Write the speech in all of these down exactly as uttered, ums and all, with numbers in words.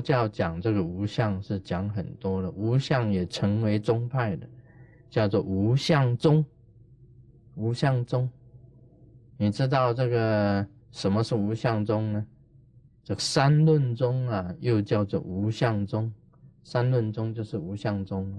教讲这个无相是讲很多了，无相也成为宗派的，叫做无相宗。无相宗，你知道这个什么是无相宗呢？这三论宗啊，又叫做无相宗。三论宗就是无相宗。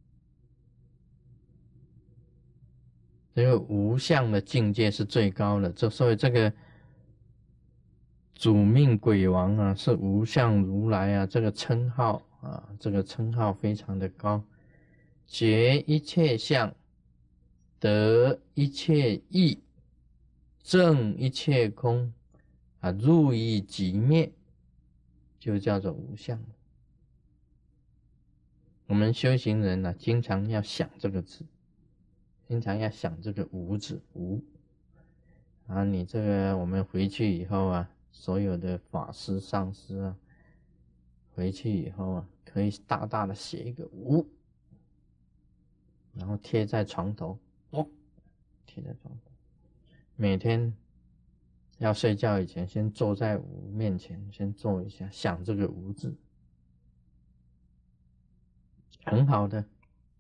这个无相的境界是最高的，这所以这个主命鬼王啊，是无相如来啊，这个称号啊，这个称号非常的高，觉一切相，得一切义，证一切空啊，入一即灭，就叫做无相。我们修行人啊，经常要想这个字，经常要想这个无字，无啊，你这个我们回去以后啊，所有的法师上师啊，回去以后啊，可以大大的写一个无，然后贴在床头，哦，贴在床头，每天要睡觉以前，先坐在无面前，先坐一下，想这个无字，很好的。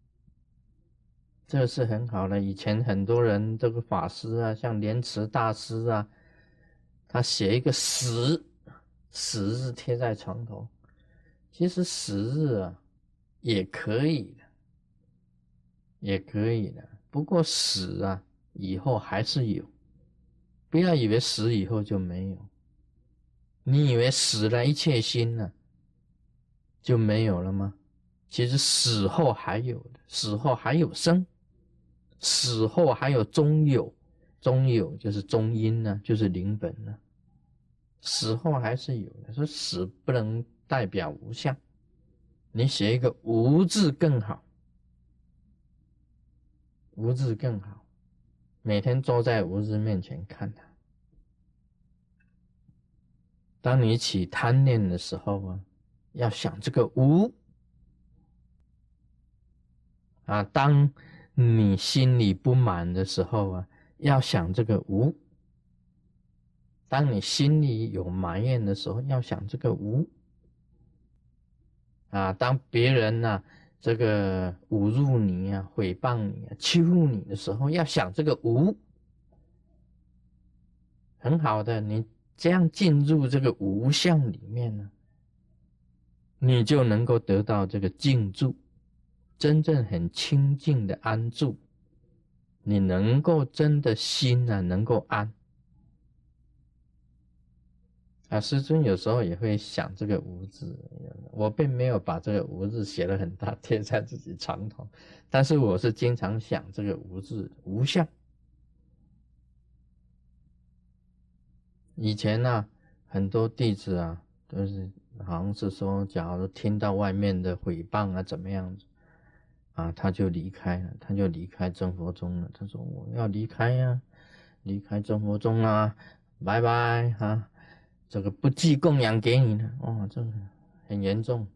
这个是很好的，以前很多人这个法师啊，像莲池大师啊，他写一个十，十字贴在床头。其实十字啊也可以的，也可以的。不过十啊以后还是有，不要以为十以后就没有。你以为死了一切心了就没有了吗？其实死后还有的，死后还有生。死后还有中有，中有就是中阴呢、啊，就是灵本呢、啊。死后还是有的，说死不能代表无相，你写一个无字更好，无字更好，每天坐在无字面前看它。当你起贪念的时候啊，要想这个无啊，当你心里不满的时候啊，要想这个无；当你心里有埋怨的时候，要想这个无。啊，当别人呢、啊、这个侮辱你啊、诽谤你啊、欺负你的时候，要想这个无。很好的，你这样进入这个无相里面呢，你就能够得到这个静住。真正很清净的安住，你能够真的心啊能够安啊。师尊有时候也会想这个无字，我并没有把这个无字写得很大贴在自己床头，但是我是经常想这个无字无相。以前啊很多弟子啊都是好像是说，假如听到外面的诽谤啊怎么样子啊，他就离开了，他就离开真佛宗了。他说我要离开呀、啊，离开真佛宗啊，拜拜啊，这个不寄供养给你了。哦，这个很严重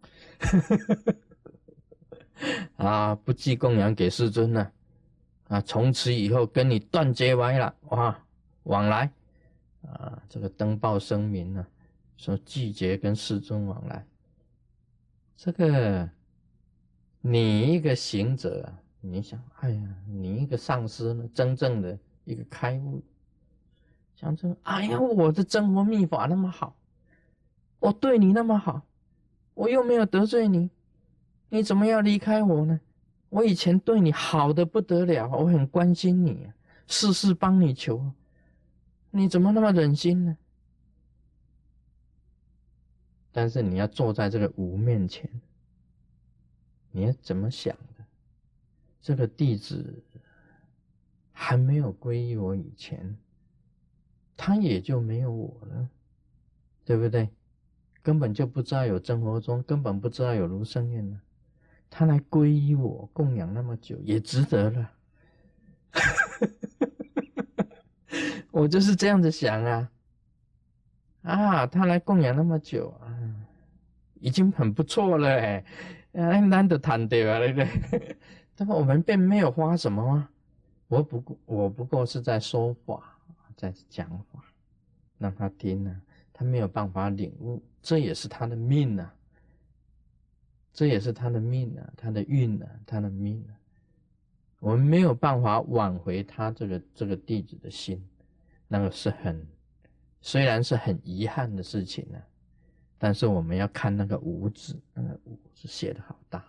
啊，不寄供养给世尊了啊，从此以后跟你断绝往来哇，往来啊，这个登报声明啊，说拒绝跟世尊往来。这个你一个行者啊，你想，哎呀，你一个上师呢，真正的一个开悟，想着，哎呀，我的真佛密法那么好，我对你那么好，我又没有得罪你，你怎么要离开我呢？我以前对你好的不得了，我很关心你，事事帮你求，你怎么那么忍心呢？但是你要坐在这个无面前，你要怎么想的？这个弟子还没有皈依我以前，他也就没有我了，对不对？根本就不知道有真佛宗，根本不知道有卢胜愿呢。他来皈依我，供养那么久，也值得了。我就是这样子想啊，啊，他来供养那么久啊，已经很不错了哎，哎，难得谈对吧？对不对？但我们并没有花什么啊，我不过我不过是在说法，在讲法，让他听啊，他没有办法领悟，这也是他的命啊。 这也是他的命啊，他的运啊，他的命啊。我们没有办法挽回他这个这个弟子的心，那个是很，虽然是很遗憾的事情啊，但是我们要看那个无字，那个无字写得好大。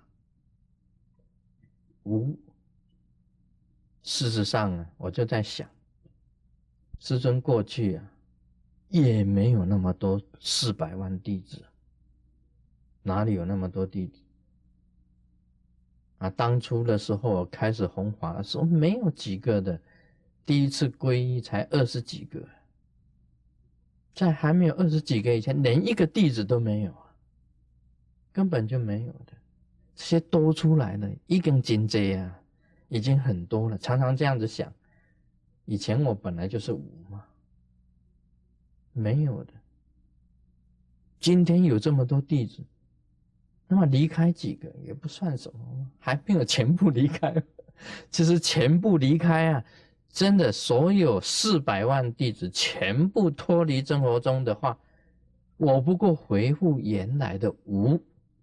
无，事实上啊，我就在想，师尊过去啊，也没有那么多四百万弟子，哪里有那么多弟子？啊，当初的时候我开始弘法的时候，没有几个的，第一次皈依才二十几个，在还没有二十几个以前，连一个弟子都没有啊，根本就没有的。这些多出来的，一根金贼啊，已经很多了。常常这样子想，以前我本来就是无嘛，没有的。今天有这么多弟子，那么离开几个也不算什么，还没有全部离开。其实全部离开啊，真的所有四百万弟子全部脱离真佛宗的话，我不过回复原来的无，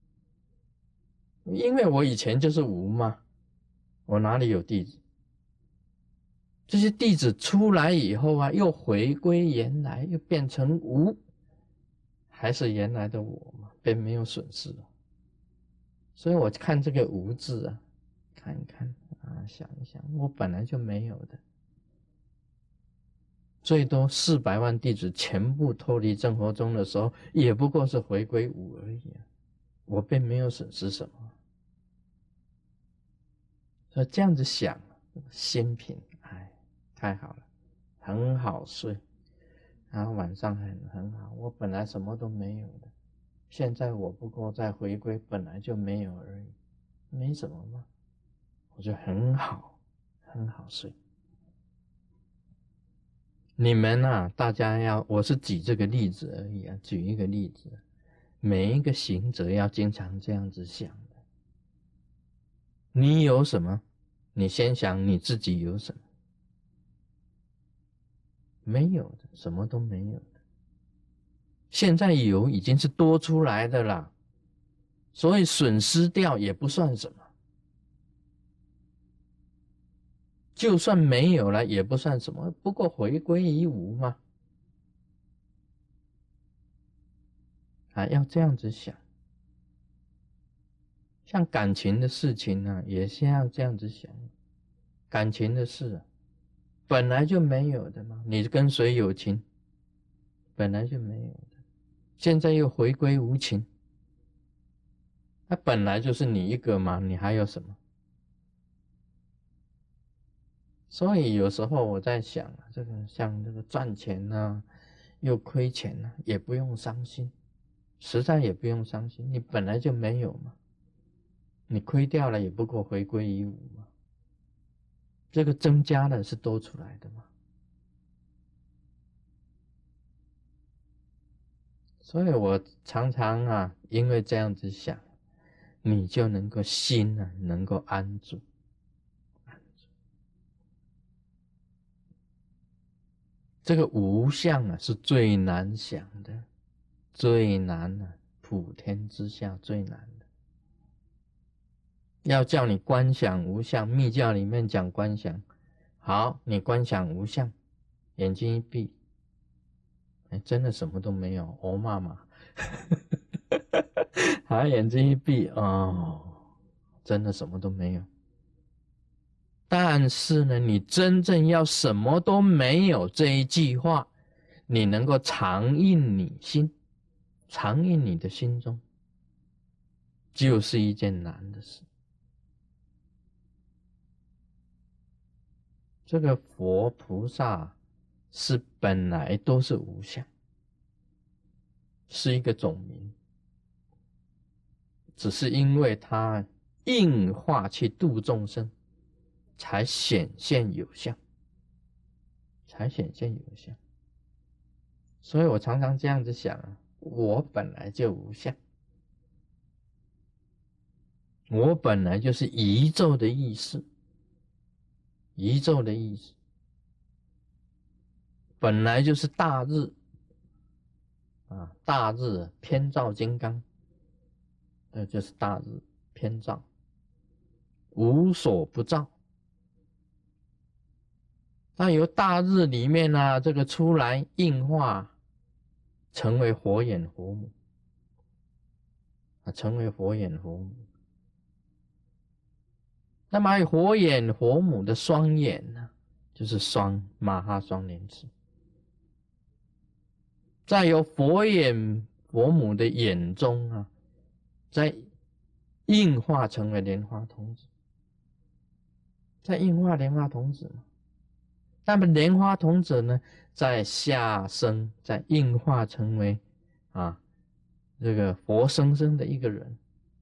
因为我以前就是无嘛，我哪里有弟子？这些弟子出来以后啊，又回归原来，又变成无，还是原来的我嘛，便没有损失了。所以我看这个无字啊，看一看啊，想一想，我本来就没有的。最多四百万弟子全部脱离真佛宗的时候，也不过是回归无而已啊，我并没有损失什么。所以这样子想，心平，哎，太好了，很好睡，然后晚上很很好。我本来什么都没有的，现在我不过在回归本来就没有而已，没什么嘛，我就很好，很好睡。你们啊，大家要，我是举这个例子而已啊，举一个例子。每一个行者要经常这样子想的。你有什么？你先想你自己有什么？没有的，什么都没有的。现在有已经是多出来的啦，所以损失掉也不算什么。就算没有了也不算什么，不过回归于无嘛。啊，要这样子想。像感情的事情呢、啊，也是要这样子想。感情的事啊，本来就没有的嘛。你跟谁有情，本来就没有的，现在又回归无情，那本来就是你一个嘛，你还有什么？所以有时候我在想啊，这个像这个赚钱啊，又亏钱啊，也不用伤心，实在也不用伤心，你本来就没有嘛，你亏掉了也不过回归于无嘛，这个增加的是多出来的嘛。所以我常常啊，因为这样子想，你就能够心啊，能够安住。这个无相啊，是最难想的，最难的、啊，普天之下最难的。要叫你观想无相，密教里面讲观想，好，你观想无相，眼睛一闭，哎，真的什么都没有，哦妈妈，好，眼睛一闭，哦，真的什么都没有。但是呢，你真正要什么都没有这一句话，你能够常印你心，常印你的心中，就是一件难的事。这个佛菩萨是本来都是无相，是一个种名，只是因为他应化去度众生，才显现有相，才显现有相。所以我常常这样子想啊，我本来就无相，我本来就是宇宙的意识，宇宙的意识本来就是大日啊，大日偏照金刚这就是大日偏照，无所不照。那由大日里面呢、啊，这个出来应化，成为火眼佛母啊，成为火眼佛母。那么火眼佛母的双眼呢，就是双马哈双莲池。再由佛眼佛母的眼中啊，再应化成为莲花童子，再应化莲花童子嘛。那么莲花童子呢，在下生，再应化成为啊这个活生生的一个人。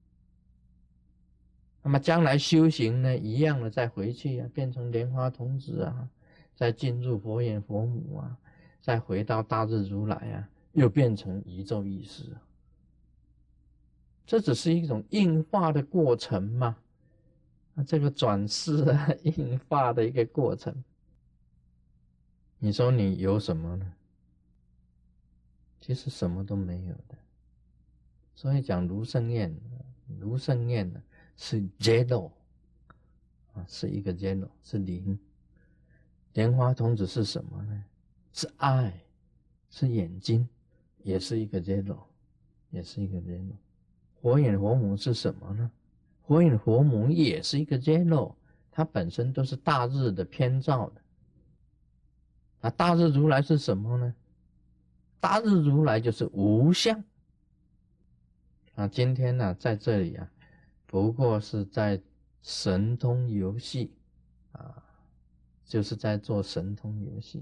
那么将来修行呢，一样的再回去啊，变成莲花童子啊，再进入佛眼佛母啊，再回到大日如来啊，又变成宇宙意识啊。这只是一种应化的过程嘛，这个转世啊，应化的一个过程。你说你有什么呢？其实什么都没有的。所以讲如圣愿，如圣愿呢是 zero 啊，是一个 zero， 是零。莲花童子是什么呢？是爱，是眼睛，也是一个 zero， 也是一个 zero。火眼佛母是什么呢？火眼佛母也是一个 zero， 它本身都是大日的偏照的。那大日如来是什么呢？大日如来就是无相啊。今天呢、啊，在这里啊，不过是在神通游戏啊，就是在做神通游戏。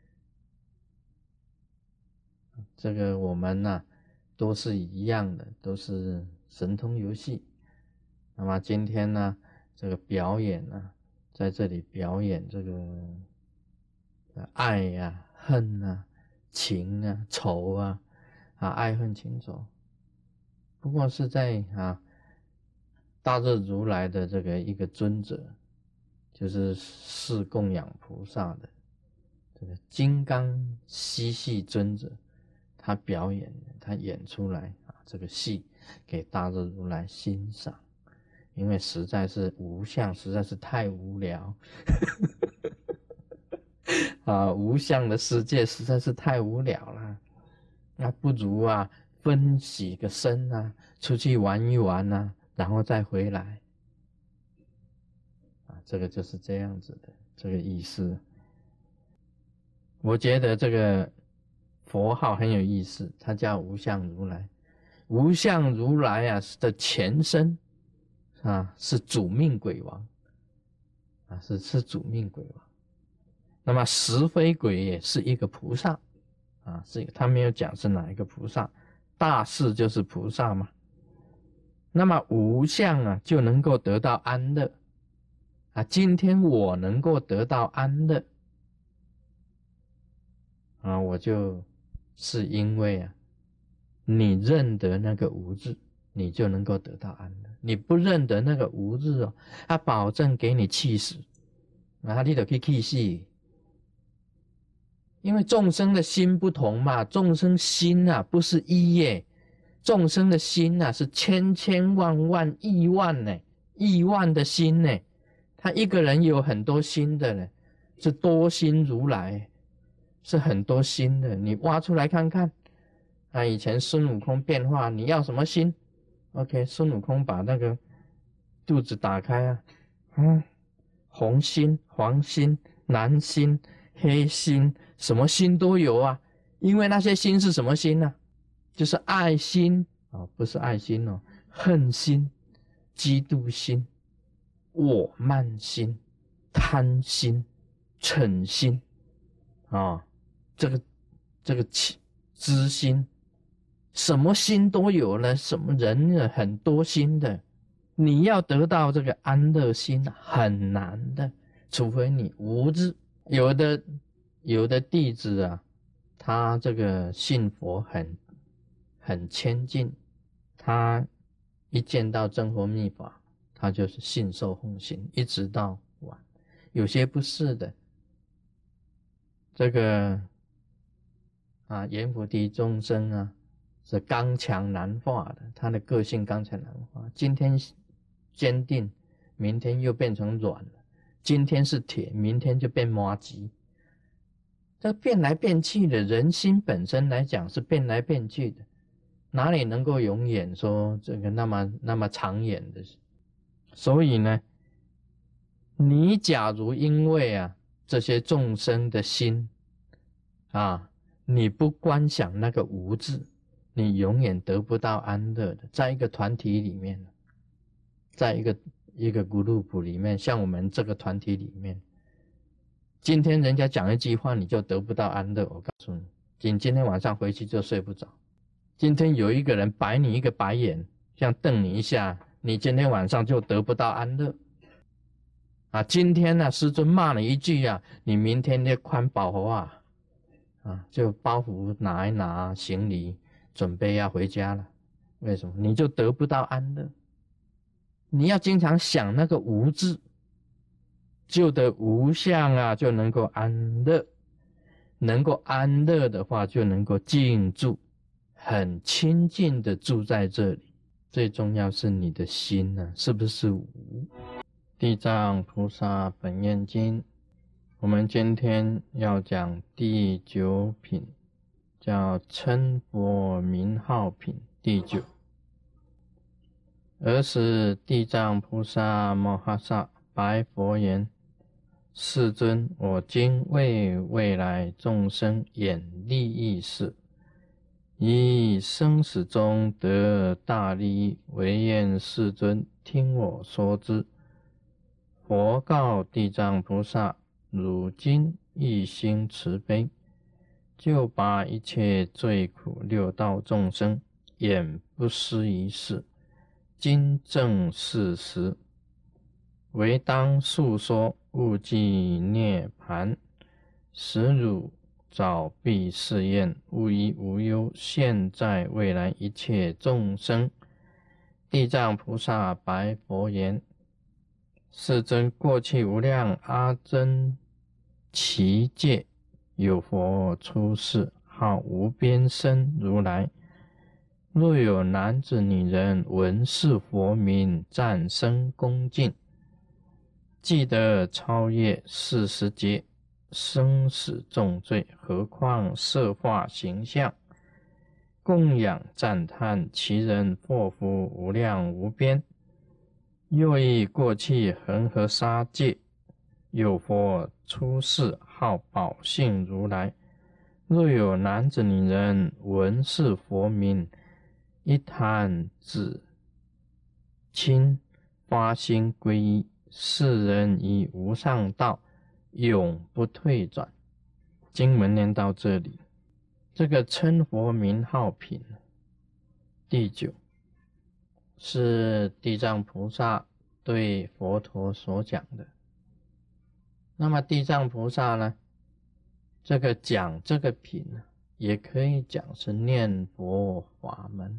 这个我们呢、啊，都是一样的，都是神通游戏。那么今天呢，这个表演呢、啊，在这里表演这个爱呀、啊、恨啊、情啊、仇啊，啊，爱恨情仇，不过是在啊大日如来的这个一个尊者，就是是供养菩萨的这个金刚嬉戏尊者，他表演，他演出来啊这个戏给大日如来欣赏，因为实在是无相，实在是太无聊。啊，无相的世界实在是太无聊了，那不如啊分几个身啊，出去玩一玩啊，然后再回来。啊，这个就是这样子的这个意思。我觉得这个佛号很有意思，它叫无相如来。无相如来啊的前身啊是主命鬼王啊，是是主命鬼王。那么石非鬼也是一个菩萨啊，是他没有讲是哪一个菩萨，大士就是菩萨嘛。那么无相啊就能够得到安乐啊，今天我能够得到安乐啊，我就是因为啊你认得那个无字，你就能够得到安乐。你不认得那个无字哦，他保证给你气死啊，你就去气死。因为众生的心不同嘛，众生心啊不是一耶，众生的心啊是千千万万亿万呢，亿万的心呢，他一个人有很多心的呢，是多心如来，是很多心的，你挖出来看看啊。以前孙悟空变化，你要什么心 ？OK， 孙悟空把那个肚子打开啊，嗯，红心、黄心、蓝心、黑心，什么心都有啊。因为那些心是什么心呢、啊？就是爱心啊、哦，不是爱心哦，恨心、嫉妒心、我慢心、贪心、嗔心啊、哦，这个这个知心，什么心都有了。什么人很多心的，你要得到这个安乐心很难的，除非你无知。有的有的弟子啊，他这个信佛很很谦敬，他一见到真佛密法，他就是信受奉行，一直到晚。有些不是的，这个啊，阎浮提众生啊， 是刚强难化的，他的个性刚强难化。今天坚定，明天又变成软了；今天是铁，明天就变麻糬。这变来变去的，人心本身来讲是变来变去的，哪里能够永远说这个那么那么长远的？所以呢，你假如因为啊这些众生的心啊，你不观想那个无字，你永远得不到安乐的。在一个团体里面，在一个一个 group 里面，像我们这个团体里面，今天人家讲一句话，你就得不到安乐。我告诉你，你今天晚上回去就睡不着。今天有一个人白你一个白眼，像瞪你一下，你今天晚上就得不到安乐。啊，今天呢、啊，师尊骂你一句啊，你明天就宽保护啊。啊，就包袱拿一拿，行李准备要回家了。为什么？你就得不到安乐。你要经常想那个无字，就得无相啊，就能够安乐。能够安乐的话，就能够静住，很清净的住在这里。最重要是你的心呢、啊，是不是无？地藏菩萨本愿经。我们今天要讲第九品，叫称佛名号品第九。尔时地藏菩萨摩诃萨白佛言：世尊，我今为未来众生演利益事，以生死中得大利益，唯愿世尊听我说之。佛告地藏菩萨：汝今一心慈悲，就把一切罪苦六道众生演不施一事，今正是时，唯当述说悟寂涅盘，使汝早必誓愿，无疑无忧，现在未来一切众生。地藏菩萨白佛言：世尊，过去无量阿僧祇劫，有佛出世，号无边身如来。若有男子女人闻是佛名，赞声恭敬，即得超越四十劫生死重罪，何况色化形象，供养赞叹，其人祸福无量无边。又以过去恒河沙界，有佛出世，号宝性如来。若有男子女人闻是佛名，一弹指亲，发心皈依，是人以无上道，永不退转。经文念到这里，这个称佛名号品第九，是地藏菩萨对佛陀所讲的。那么地藏菩萨呢，这个讲这个品呢，也可以讲是念佛法门。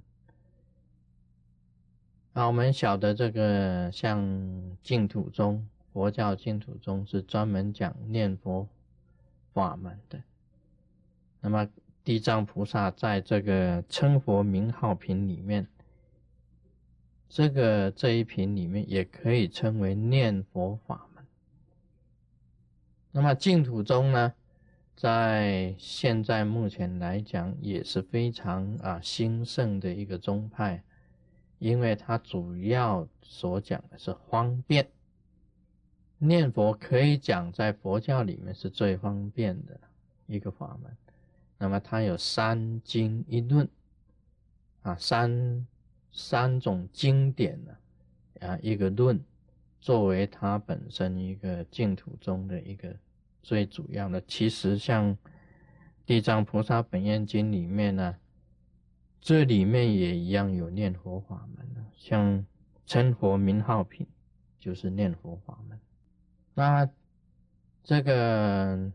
啊，我们晓得这个像净土宗，佛教净土宗是专门讲念佛法门的。那么地藏菩萨在这个称佛名号品里面，这个这一品里面也可以称为念佛法门。那么净土宗呢，在现在目前来讲也是非常啊兴盛的一个宗派，因为它主要所讲的是方便。念佛可以讲在佛教里面是最方便的一个法门。那么它有三经一论啊，三三种经典呢啊，一个论，作为它本身一个净土宗的一个最主要的。其实像地藏菩萨本愿经里面呢，这里面也一样有念佛法门的，像称佛名号品就是念佛法门。那这个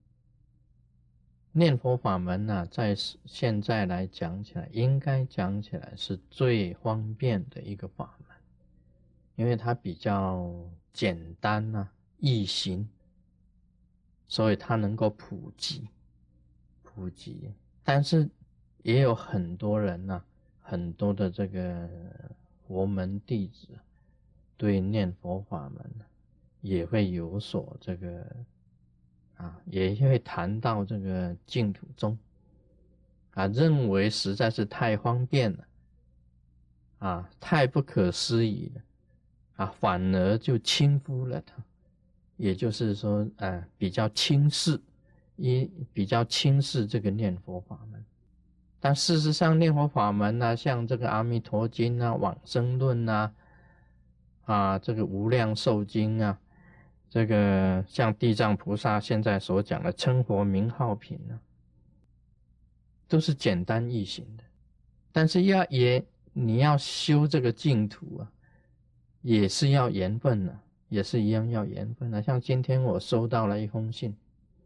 念佛法门呢、啊，在现在来讲起来，应该讲起来是最方便的一个法门，因为它比较简单啊，易行，所以它能够普及普及。但是也有很多人啊，很多的这个佛门弟子对念佛法门也会有所这个啊，也会谈到这个净土宗啊，认为实在是太方便了啊，太不可思议了啊，反而就轻忽了它，也就是说啊，比较轻视，一比较轻视这个念佛法门。但事实上，念佛法门啊，像这个《阿弥陀经》啊、《往生论》啊、啊这个《无量寿经》啊，这个像地藏菩萨现在所讲的称佛名号品啊，都是简单易行的。但是要也你要修这个净土啊，也是要缘分啊，也是一样要缘分啊。像今天我收到了一封信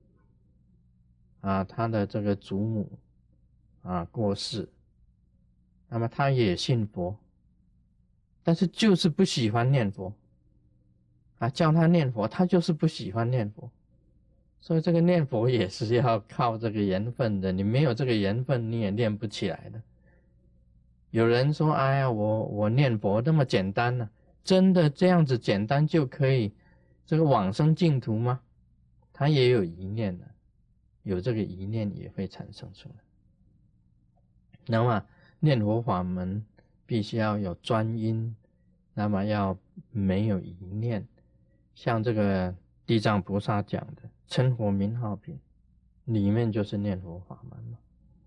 啊，他的这个祖母啊过世，那么他也信佛，但是就是不喜欢念佛啊，叫他念佛，他就是不喜欢念佛。所以这个念佛也是要靠这个缘分的，你没有这个缘分，你也念不起来的。有人说：“哎呀，我我念佛那么简单呢、啊？真的这样子简单就可以这个往生净土吗？”他也有疑念的，有这个疑念也会产生出来。那么念佛法门必须要有专因，那么要没有疑念，像这个地藏菩萨讲的称佛名号品里面就是念佛法门嘛。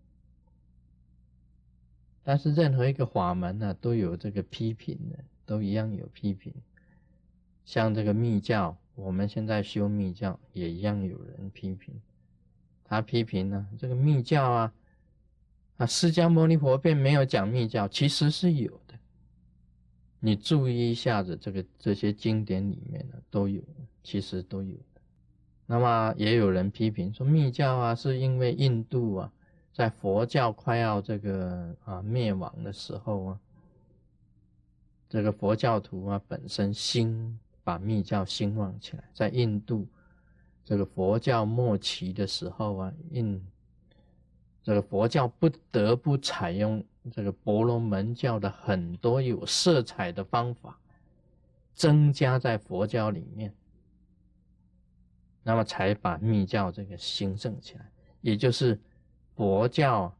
但是任何一个法门呢、啊，都有这个批评的，都一样有批评。像这个密教，我们现在修密教也一样有人批评。他批评呢，这个密教啊，啊，释迦牟尼佛便没有讲密教，其实是有的。你注意一下子，这个这些经典里面呢都有，其实都有的。那么也有人批评说，密教啊，是因为印度啊，在佛教快要这个啊灭亡的时候啊，这个佛教徒啊本身兴把密教兴旺起来，在印度这个佛教末期的时候啊，印这个佛教不得不采用这个婆罗门教的很多有色彩的方法，增加在佛教里面，那么才把密教这个兴盛起来，也就是佛教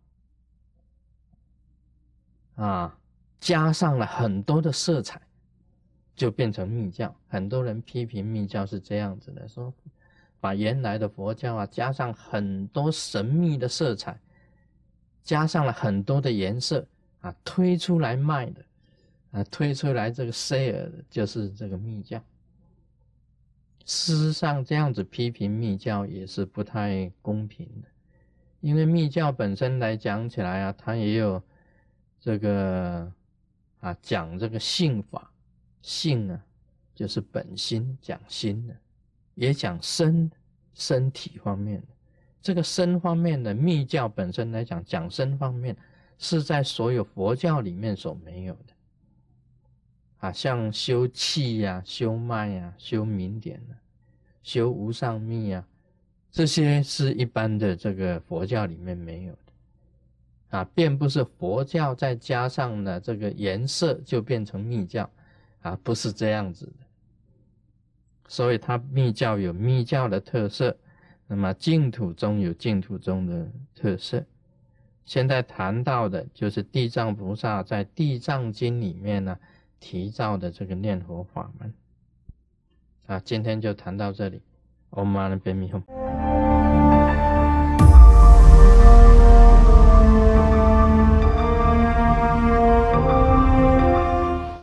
啊加上了很多的色彩，就变成密教。很多人批评密教是这样子的，说把原来的佛教啊加上很多神秘的色彩，加上了很多的颜色啊，推出来卖的啊，推出来这个 sale 的就是这个密教。事实上这样子批评密教也是不太公平的，因为密教本身来讲起来啊，它也有这个啊讲这个性法，性啊就是本心，讲心的，也讲身身体方面的。这个身方面的密教本身来讲，讲身方面是在所有佛教里面所没有的啊，像修气呀、啊、修脉呀、啊、修明点啊、修无上密啊，这些是一般的这个佛教里面没有的啊，并不是佛教再加上了这个颜色就变成密教啊，不是这样子的。所以它密教有密教的特色，那么净土宗有净土宗的特色。现在谈到的就是地藏菩萨在地藏经里面呢提到的这个念佛法门啊，今天就谈到这里。Om Mani Padme Hum。